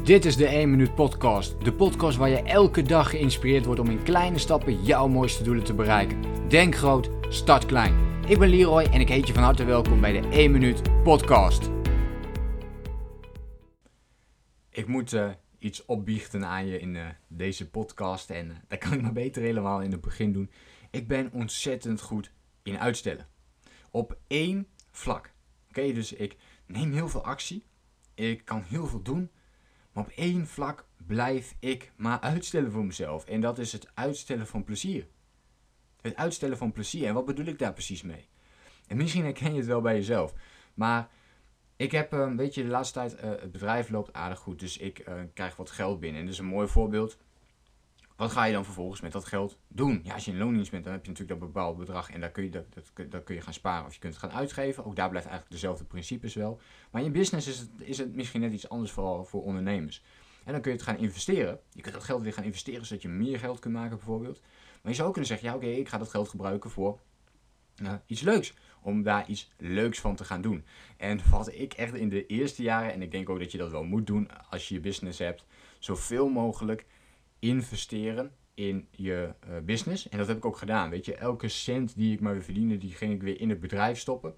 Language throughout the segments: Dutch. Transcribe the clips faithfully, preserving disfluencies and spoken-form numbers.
Dit is de één minuut podcast. De podcast waar je elke dag geïnspireerd wordt om in kleine stappen jouw mooiste doelen te bereiken. Denk groot, start klein. Ik ben Leroy en ik heet je van harte welkom bij de één minuut podcast. Ik moet uh, iets opbiechten aan je in uh, deze podcast en uh, dat kan ik maar beter helemaal in het begin doen. Ik ben ontzettend goed in uitstellen. Op één vlak. Oké, okay, dus ik neem heel veel actie. Ik kan heel veel doen. Maar op één vlak blijf ik maar uitstellen voor mezelf. En dat is het uitstellen van plezier. Het uitstellen van plezier. En wat bedoel ik daar precies mee? En misschien herken je het wel bij jezelf. Maar ik heb, uh, weet je, de laatste tijd, uh, het bedrijf loopt aardig goed. Dus ik uh, krijg wat geld binnen. En dat is een mooi voorbeeld. Wat ga je dan vervolgens met dat geld doen? Ja, als je in loondienst bent, dan heb je natuurlijk dat bepaalde bedrag. En daar kun je, dat, dat, dat kun je gaan sparen of je kunt het gaan uitgeven. Ook daar blijft eigenlijk dezelfde principes wel. Maar in je business is het, is het misschien net iets anders, vooral voor ondernemers. En dan kun je het gaan investeren. Je kunt dat geld weer gaan investeren, zodat je meer geld kunt maken bijvoorbeeld. Maar je zou ook kunnen zeggen, ja oké, okay, ik ga dat geld gebruiken voor uh, iets leuks. Om daar iets leuks van te gaan doen. En wat ik echt in de eerste jaren, en ik denk ook dat je dat wel moet doen als je je business hebt, zoveel mogelijk investeren in je uh, business. En dat heb ik ook gedaan. Weet je, elke cent die ik maar weer verdiende, die ging ik weer in het bedrijf stoppen.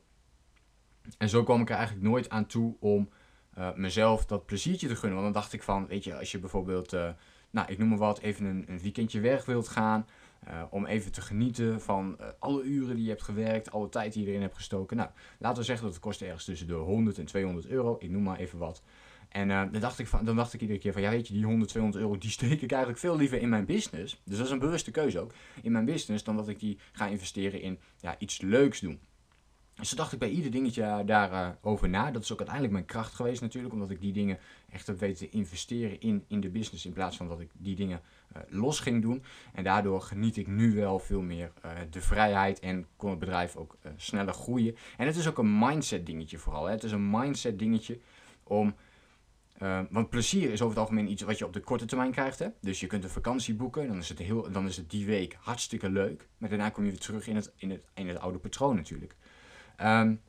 En zo kwam ik er eigenlijk nooit aan toe om uh, mezelf dat pleziertje te gunnen. Want dan dacht ik van, weet je, als je bijvoorbeeld, uh, nou ik noem maar wat, even een, een weekendje weg wilt gaan. Uh, om even te genieten van uh, alle uren die je hebt gewerkt, alle tijd die je erin hebt gestoken. Nou, laten we zeggen dat het kost ergens tussen de honderd en tweehonderd euro. Ik noem maar even wat. En uh, dan, dacht ik van, dan dacht ik iedere keer van, ja weet je, die honderd, tweehonderd euro, die steek ik eigenlijk veel liever in mijn business. Dus dat is een bewuste keuze ook. In mijn business, dan dat ik die ga investeren in ja, iets leuks doen. Dus toen dacht ik bij ieder dingetje daarover uh, na. Dat is ook uiteindelijk mijn kracht geweest natuurlijk. Omdat ik die dingen echt heb weten te investeren in, in de business. In plaats van dat ik die dingen uh, los ging doen. En daardoor geniet ik nu wel veel meer uh, de vrijheid. En kon het bedrijf ook uh, sneller groeien. En het is ook een mindset dingetje vooral. Hè. Het is een mindset dingetje om... Uh, want plezier is over het algemeen iets wat je op de korte termijn krijgt. Hè? Dus je kunt een vakantie boeken, dan is het, heel, dan is het die week hartstikke leuk. Maar daarna kom je weer terug in het, in het, in het oude patroon natuurlijk. Um,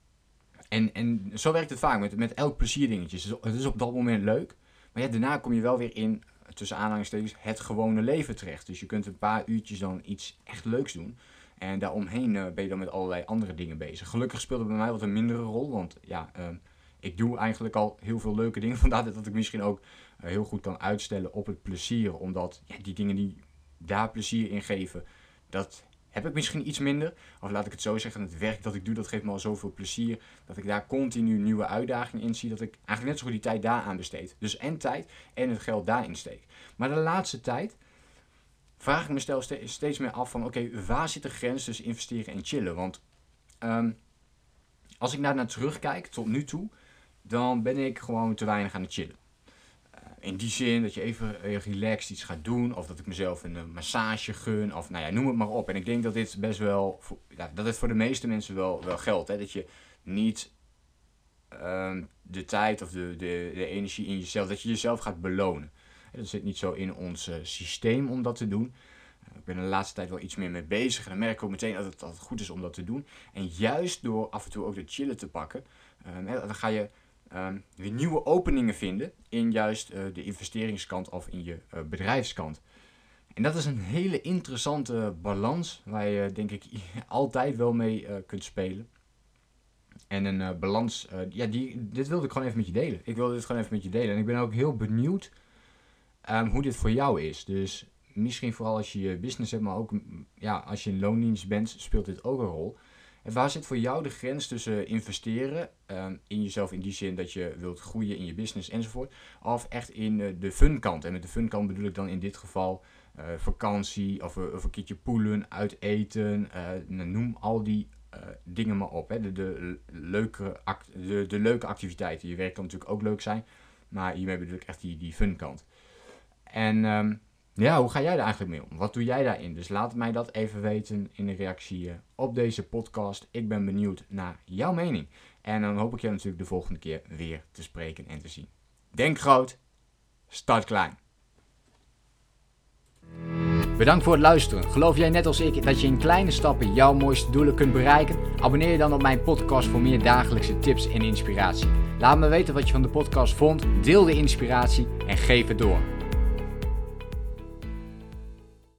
en, en zo werkt het vaak met, met elk plezierdingetje. Het is op dat moment leuk. Maar ja, daarna kom je wel weer in, tussen aanhalingstekens, het gewone leven terecht. Dus je kunt een paar uurtjes dan iets echt leuks doen. En daaromheen uh, ben je dan met allerlei andere dingen bezig. Gelukkig speelde bij mij wat een mindere rol. Want ja... Um, Ik doe eigenlijk al heel veel leuke dingen. Vandaar dat ik misschien ook uh, heel goed kan uitstellen op het plezier. Omdat ja, die dingen die daar plezier in geven, dat heb ik misschien iets minder. Of laat ik het zo zeggen, het werk dat ik doe, dat geeft me al zoveel plezier. Dat ik daar continu nieuwe uitdagingen in zie. Dat ik eigenlijk net zo goed die tijd daar aan besteed. Dus en tijd en het geld daarin steek. Maar de laatste tijd vraag ik mezelf steeds meer af van... Oké, okay, waar zit de grens tussen investeren en chillen? Want um, als ik daar naar terugkijk tot nu toe... dan ben ik gewoon te weinig aan het chillen. Uh, in die zin dat je even uh, relaxed iets gaat doen. Of dat ik mezelf een uh, massage gun. Of nou ja, noem het maar op. En ik denk dat dit best wel... Voor, ja, dat het voor de meeste mensen wel, wel geldt. Hè? Dat je niet uh, de tijd of de, de, de energie in jezelf... dat je jezelf gaat belonen. En dat zit niet zo in ons uh, systeem om dat te doen. Uh, ik ben er de laatste tijd wel iets meer mee bezig. En dan merk ik ook meteen dat het, dat het goed is om dat te doen. En juist door af en toe ook de chillen te pakken... Uh, dan ga je... Um, weer nieuwe openingen vinden in juist uh, de investeringskant of in je uh, bedrijfskant. En dat is een hele interessante balans waar je denk ik altijd wel mee uh, kunt spelen. En een uh, balans, uh, ja, die, dit wilde ik gewoon even met je delen. Ik wilde dit gewoon even met je delen. En ik ben ook heel benieuwd um, hoe dit voor jou is. Dus misschien vooral als je je business hebt, maar ook ja, als je in loondienst bent, speelt dit ook een rol. En waar zit voor jou de grens tussen investeren um, in jezelf in die zin dat je wilt groeien in je business enzovoort, of echt in uh, de fun kant? En met de fun kant bedoel ik dan in dit geval uh, vakantie of, uh, of een keertje poelen, uit eten, uh, noem al die uh, dingen maar op. Hè. De, de, leuke act, de, de leuke activiteiten. Je werk kan natuurlijk ook leuk zijn, maar hiermee bedoel ik echt die, die fun kant. En... Um, Ja, hoe ga jij daar eigenlijk mee om? Wat doe jij daarin? Dus laat mij dat even weten in de reactie op deze podcast. Ik ben benieuwd naar jouw mening. En dan hoop ik jou natuurlijk de volgende keer weer te spreken en te zien. Denk groot, start klein. Bedankt voor het luisteren. Geloof jij net als ik dat je in kleine stappen jouw mooiste doelen kunt bereiken? Abonneer je dan op mijn podcast voor meer dagelijkse tips en inspiratie. Laat me weten wat je van de podcast vond, deel de inspiratie en geef het door.